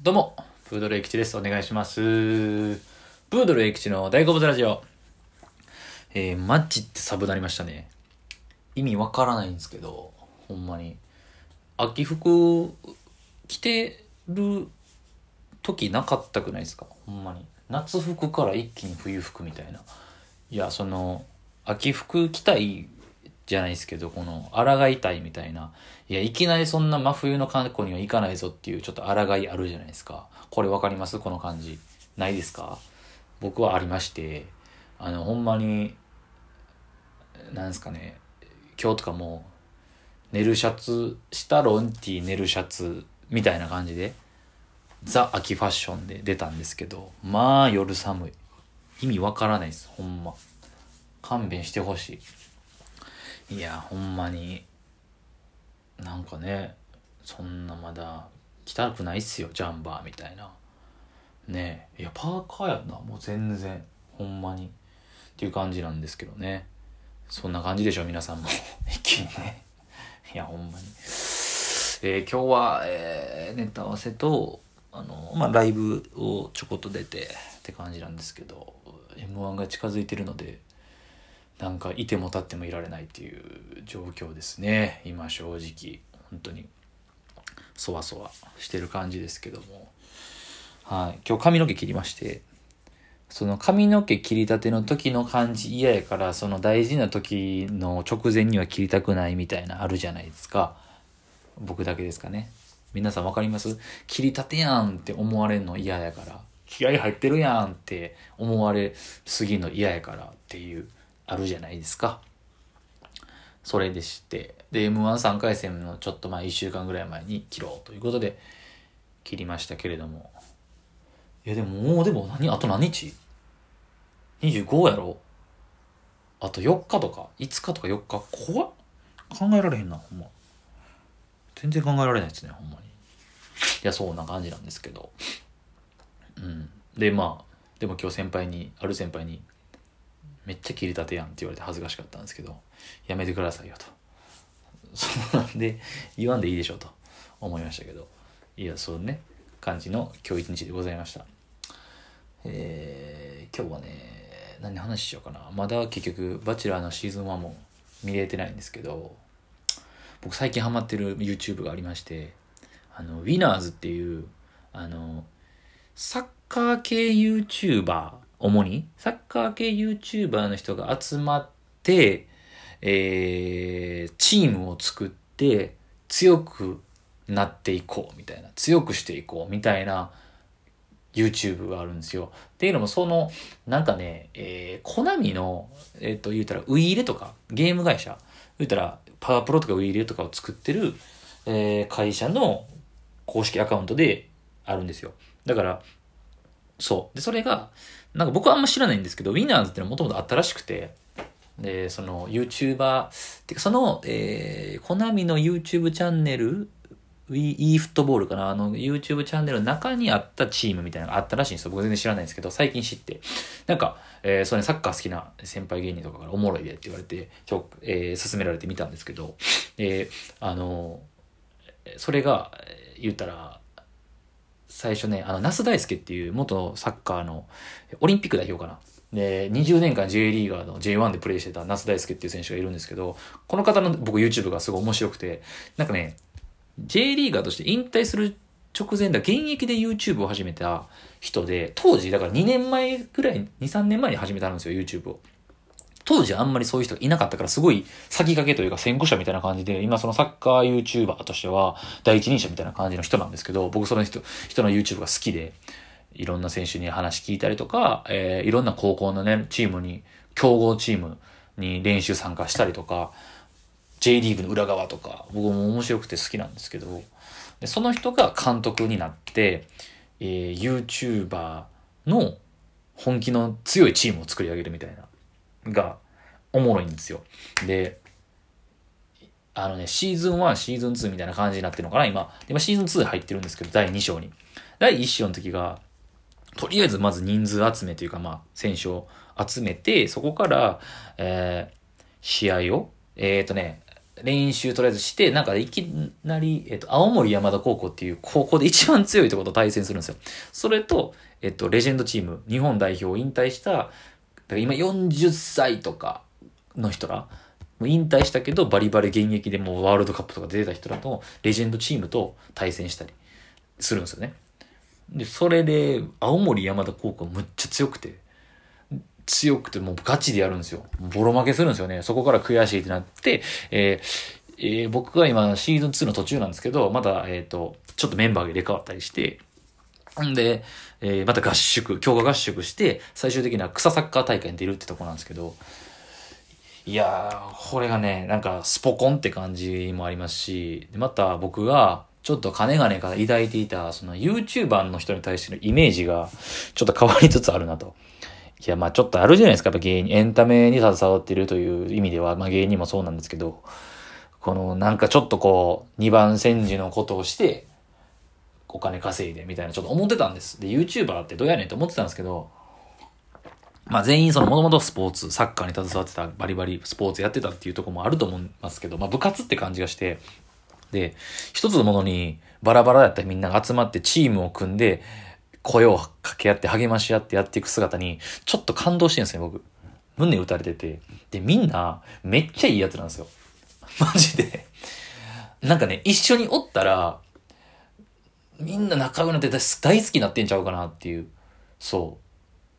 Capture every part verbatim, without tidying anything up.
どうも、プードル駅地です。お願いします。プードル駅地の大好物ラジオ。えー、マジってサブなりましたね。意味わからないんですけど、ほんまに。秋服着てる時なかったくないですか？ほんまに。夏服から一気に冬服みたいな。いや、その、秋服着たいじゃないですけど、この、抗いたいみたいな。いや、いきなりそんな真冬の格好には行かないぞっていう、ちょっと抗いあるじゃないですか。これわかります？この感じ。ないですか？僕はありまして、あの、ほんまに、なんですかね、今日とかも、寝るシャツ、下ロンティー寝るシャツ、みたいな感じで、ザ・秋ファッションで出たんですけど、まあ夜寒い。意味わからないです、ほんま。勘弁してほしい。いや、ほんまに、なんかね、そんなまだ、着たくないっすよ、ジャンバーみたいな。ねえ、いや、パーカーやんな、もう全然、ほんまに。っていう感じなんですけどね。そんな感じでしょ、皆さんも。一気にね。いや、ほんまに。えー、今日は、えー、ネタ合わせと、あの、まあ、ライブをちょこっと出てって感じなんですけど、エムワン が近づいてるので、なんかいても立ってもいられないっていう状況ですね。今正直、本当に、そわそわしてる感じですけども。はい。今日髪の毛切りまして、その髪の毛切りたての時の感じ嫌やから、その大事な時の直前には切りたくないみたいなあるじゃないですか。僕だけですかね。皆さんわかります？切りたてやんって思われるの嫌やから。気合入ってるやんって思われすぎるの嫌やからっていう、あるじゃないですか。それでして。で、エムワンさん 回戦のちょっと前、いっしゅうかんぐらい前に切ろうということで切りましたけれども。いやでももうでも何あと何日 ?にじゅうご やろ？あとよっかとか、いつかとかよっか、怖っ。考えられへんな、ほんま。全然考えられないですね、ほんまに。いや、そんな感じなんですけど。うん。で、まあ、でも今日先輩に、ある先輩に、めっちゃ切りたてやんって言われて恥ずかしかったんですけど、やめてくださいよと。そうなんで、言わんでいいでしょうと思いましたけど。いや、そうね、感じの今日一日でございました。えー、今日はね、何の話しようかな。まだ結局、バチェラーのシーズンワンも見れてないんですけど、僕最近ハマってる YouTube がありまして、あの、ウィナーズっていう、あの、サッカー系 YouTuber、主に、サッカー系 YouTuber の人が集まって、えー、チームを作って、強くなっていこうみたいな、強くしていこうみたいな YouTube があるんですよ。っていうのも、その、なんかね、えー、コナミの、えっと、言うたら、ウイイレとか、ゲーム会社、言うたら、パワープロとかウイイレとかを作ってる、えー、会社の公式アカウントであるんですよ。だから、そう。で、それが、なんか僕はあんま知らないんですけど、ウィナーズってのはもともとあったらしくて、で、その YouTuber、てかその、えー、コナミの YouTube チャンネル、e ーフットボールかなあの YouTube チャンネルの中にあったチームみたいなのがあったらしいんですよ。僕全然知らないんですけど、最近知って。なんか、えー、それサッカー好きな先輩芸人とかからおもろいでって言われて、今日、えー、勧められてみたんですけど、えー、あの、それが、言ったら、最初ね、あの、那須大輔っていう元サッカーのオリンピック代表かな。で、にじゅうねんかん J リーガーの ジェイワン でプレーしてた那須大輔っていう選手がいるんですけど、この方の僕 YouTube がすごい面白くて、なんかね、J リーガーとして引退する直前だ、現役で YouTube を始めた人で、当時、だからにねんまえぐらい、に、さんねんまえに始めたんですよ、YouTube を。当時あんまりそういう人がいなかったから、すごい先駆けというか先駆者みたいな感じで、今そのサッカー YouTuber としては第一人者みたいな感じの人なんですけど、僕その人、人の YouTube が好きで、いろんな選手に話聞いたりとか、えー、いろんな高校のね、チームに、強豪チームに練習参加したりとか、J リーグの裏側とか、僕も面白くて好きなんですけど、でその人が監督になって、えー、YouTuber の本気の強いチームを作り上げるみたいな。がおもろいんですよ。で、あのね、シーズンワン、シーズンツーみたいな感じになってるのかな、今。今シーズンツー入ってるんですけど、だいに章に。だいいち章の時が、とりあえずまず人数集めというか、まあ、選手を集めて、そこから、えー、試合を、えーとね、 練習とりあえずして、なんかいきなり、えっと、青森山田高校っていう高校で一番強いところと対戦するんですよ。それと、えっと、レジェンドチーム、日本代表を引退した、だから今よんじゅっさいとかの人ら、もう引退したけどバリバリ現役でもうワールドカップとか出てた人らとレジェンドチームと対戦したりするんですよね。で、それで、青森山田高校むっちゃ強くて、強くてもうガチでやるんですよ。ボロ負けするんですよね。そこから悔しいってなって、えーえー、僕が今シーズンツーの途中なんですけど、まだ、えっと、ちょっとメンバーが入れ替わったりして、んで、えー、また合宿、強化合宿して、最終的には草サッカー大会に出るってとこなんですけど、いやー、これがね、なんかスポコンって感じもありますし、でまた僕が、ちょっと金がねから抱いていた、その YouTuber の人に対してのイメージが、ちょっと変わりつつあるなと。いや、まあちょっとあるじゃないですか、やっぱ芸人、エンタメに携わっているという意味では、まあ芸人もそうなんですけど、このなんかちょっとこう、二番煎じのことをして、お金稼いでみたいなちょっと思ってたんです。で、YouTuber ってどうやねんって思ってたんですけど、まあ全員そのもともとスポーツ、サッカーに携わってた、バリバリスポーツやってたっていうところもあると思いますけど、まあ部活って感じがして、で、一つのものにバラバラだったらみんなが集まってチームを組んで、声を掛け合って励まし合ってやっていく姿に、ちょっと感動してるんですね、僕。胸打たれてて。で、みんな、めっちゃいいやつなんですよ。マジで。なんかね、一緒におったら、みんな仲良くなって大好きになってんちゃうかなっていう。そう。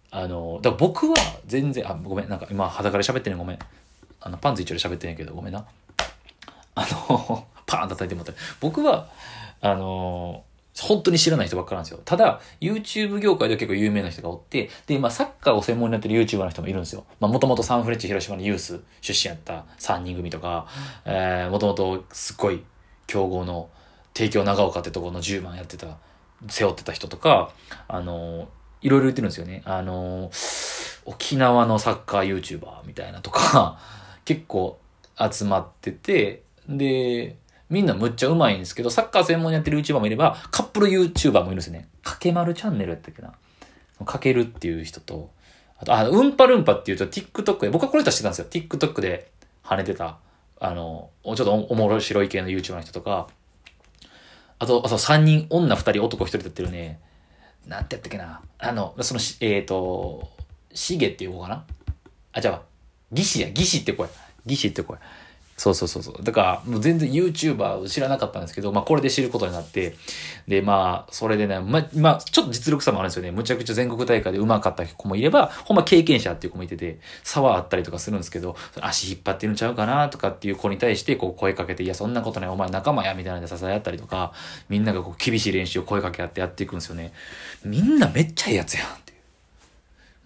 あの、だから僕は全然、あ、ごめん、なんか今裸で喋ってんねん、ごめん。あの、パンツ一丁で喋ってんねんけど、ごめんな。あの、パーン叩いてもらった。僕は、あの、本当に知らない人ばっかなんですよ。ただ、YouTube 業界では結構有名な人がおって、で、まあ、サッカーを専門にやってる YouTuber の人もいるんですよ。まあ、もともとサンフレッチェ広島のユース出身やったさんにん組とか、えー、もともとすっごい強豪の帝京長岡ってところのじゅうばんやってた、背負ってた人とか、あの、いろいろ言ってるんですよね。あの、沖縄のサッカー YouTuber みたいなとか、結構集まってて、で、みんなむっちゃうまいんですけど、サッカー専門にやってる YouTuber もいれば、カップル YouTuber もいるんですよね。かけまるチャンネルやったっけな。かけるっていう人と、あと、あ、うんぱるんぱっていうと TikTok で、僕はこれとしてたんですよ。TikTok で跳ねてた、あの、ちょっとおもろ白い系の YouTuber の人とか、あと、あとさんにん、女ふたり、男ひとりでやってるね、なんてやったっけな。あの、そのし、えっ、ー、と、しげっていう子かなあ、じゃあ、ギシや、ギシって声。ギシって声。そうそうそうそう。だから、もう全然 YouTuber を知らなかったんですけど、まあこれで知ることになって、で、まあ、それでね、ま、まあ、ちょっと実力差もあるんですよね。むちゃくちゃ全国大会で上手かった子もいれば、ほんま経験者っていう子もいてて、差はあったりとかするんですけど、足引っ張ってるんちゃうかなとかっていう子に対して、こう声かけて、いや、そんなことない、お前仲間や、みたいなので支え合ったりとか、みんながこう厳しい練習を声かけ合ってやっていくんですよね。みんなめっちゃいいやつやんっていう。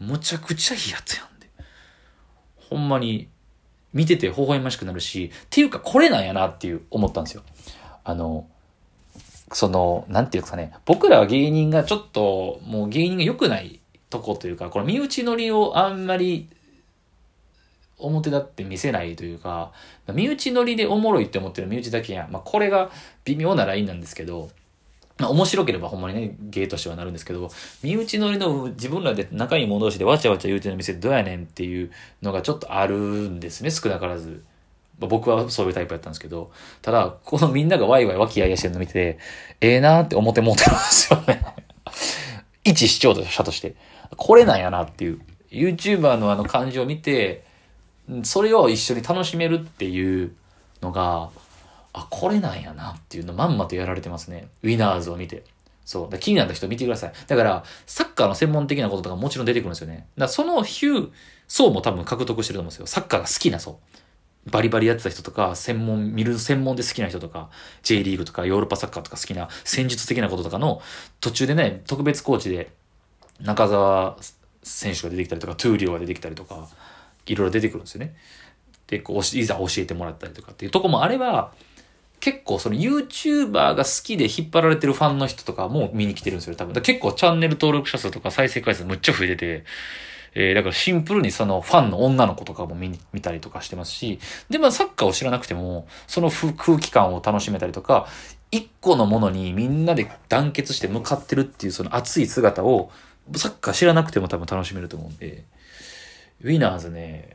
むちゃくちゃいいやつやんって。ほんまに、見てて微笑ましくなるし、っていうかこれなんやなっていう思ったんですよ。あの、その、なんていうんですかね、僕らは芸人がちょっと、もう芸人が良くないとこというか、この身内乗りをあんまり表立って見せないというか、身内乗りでおもろいって思ってる身内だけやん。まあこれが微妙なラインなんですけど、まあ面白ければほんまにね、芸としてはなるんですけど、身内乗りの自分らで仲いい者同士でわちゃわちゃ言うてる店どうやねんっていうのがちょっとあるんですね、少なからず。僕はそういうタイプやったんですけど、ただ、このみんながワイワイ和気あいあいしてるの見て、ええー、なーって思ってもうてるんですよね。一視聴者として。これなんやなっていう。YouTuber のあの感じを見て、それを一緒に楽しめるっていうのが、あ、これなんやなっていうのまんまとやられてますね。ウィナーズを見て。そう。気になった人見てください。だから、サッカーの専門的なこととかもちろん出てくるんですよね。だからそのヒュー層も多分獲得してると思うんですよ。サッカーが好きな層。バリバリやってた人とか、専門、見る専門で好きな人とか、J リーグとかヨーロッパサッカーとか好きな戦術的なこととかの途中でね、特別コーチで中澤選手が出てきたりとか、トゥーリオが出てきたりとか、いろいろ出てくるんですよね。で、こう、いざ教えてもらったりとかっていうとこもあれば、結構その YouTuber が好きで引っ張られてるファンの人とかも見に来てるんですよ、多分。だ結構チャンネル登録者数とか再生回数むっちゃ増えてて、えー、だからシンプルにそのファンの女の子とかも見に、見たりとかしてますし、で、まあサッカーを知らなくても、その空気感を楽しめたりとか、一個のものにみんなで団結して向かってるっていうその熱い姿を、サッカー知らなくても多分楽しめると思うんで、ウィナーズね、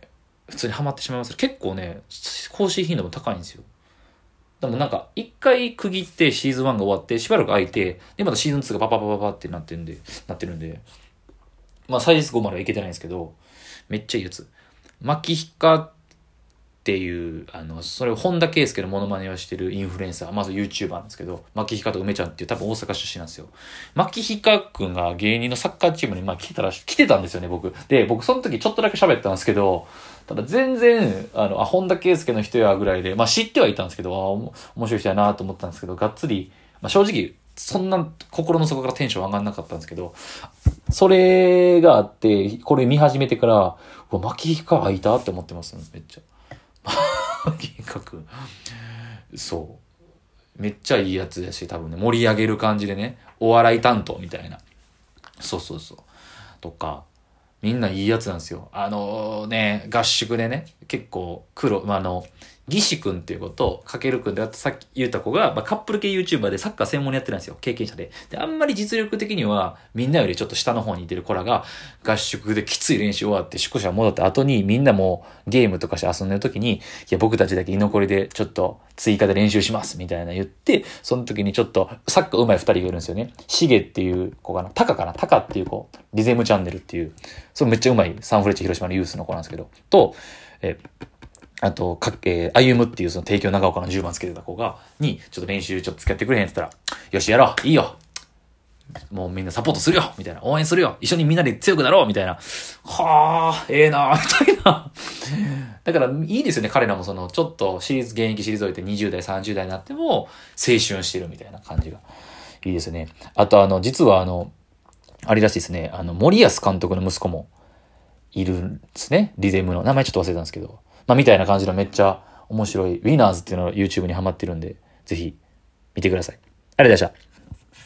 普通にハマってしまいます。結構ね、更新頻度も高いんですよ。でもなんか、一回区切ってシーズンワンが終わって、しばらく空いて、で、またシーズンツーがパパパパパってなってるんで、なってるんで、まあ、サイズごまではいけてないんですけど、めっちゃいいやつ。マキヒカっていう、あの、それを本田圭佑のモノマネをしてるインフルエンサー、まず YouTuber なんですけど、マキヒカと梅ちゃんっていう多分大阪出身なんですよ。マキヒカくんが芸人のサッカーチームにまあ来てたらし、来てたんですよね、僕。で、僕その時ちょっとだけ喋ったんですけど、ただ全然、あの、あ、本田圭佑の人やぐらいで、まあ知ってはいたんですけど、あ、面白い人やなと思ったんですけど、がっつり、まあ正直、そんな心の底からテンション上がんなかったんですけど、それがあって、これ見始めてから、うわ、マキヒカ開いたって思ってます、めっちゃ。マキヒカくん。そう。めっちゃいいやつだし、多分ね、盛り上げる感じでね、お笑い担当みたいな。そうそうそう。とか、みんないいやつなんですよ。あのね、合宿でね、結構黒、まあ、あの、ギシ君っていう子と、かける君であってさっき言った子が、まあ、カップル系 YouTuber でサッカー専門にやってるんですよ。経験者で。で、あんまり実力的には、みんなよりちょっと下の方にいてる子らが、合宿できつい練習終わって、宿舎戻った後に、みんなもうゲームとかして遊んでる時に、いや、僕たちだけ居残りでちょっと追加で練習します、みたいな言って、その時にちょっと、サッカー上手い二人がいるんですよね。シゲっていう子かな。タカかな。タカっていう子。リゼムチャンネルっていう、それめっちゃ上手いサンフレッチェ広島のユースの子なんですけど、と、えあと、か、えー、歩むっていうその帝京長岡のじゅうばんつけてた子が、に、ちょっと練習ちょっと付き合ってくれへんって言ったら、よし、やろういいよもうみんなサポートするよみたいな。応援するよ一緒にみんなで強くなろうみたいな。はぁ、ええー、なぁ、みたいな。だから、いいですよね。彼らもその、ちょっとシリーズ、現役退いてにじゅう代、さんじゅう代になっても、青春してるみたいな感じが。いいですね。あと、あの、実はあの、あれらしいですね。あの、森保監督の息子もいるんですね。リゼムの。名前ちょっと忘れたんですけど。まあ、みたいな感じのめっちゃ面白い、ウィナーズっていうのを YouTube にハマってるんで、ぜひ見てください。ありがとうございました。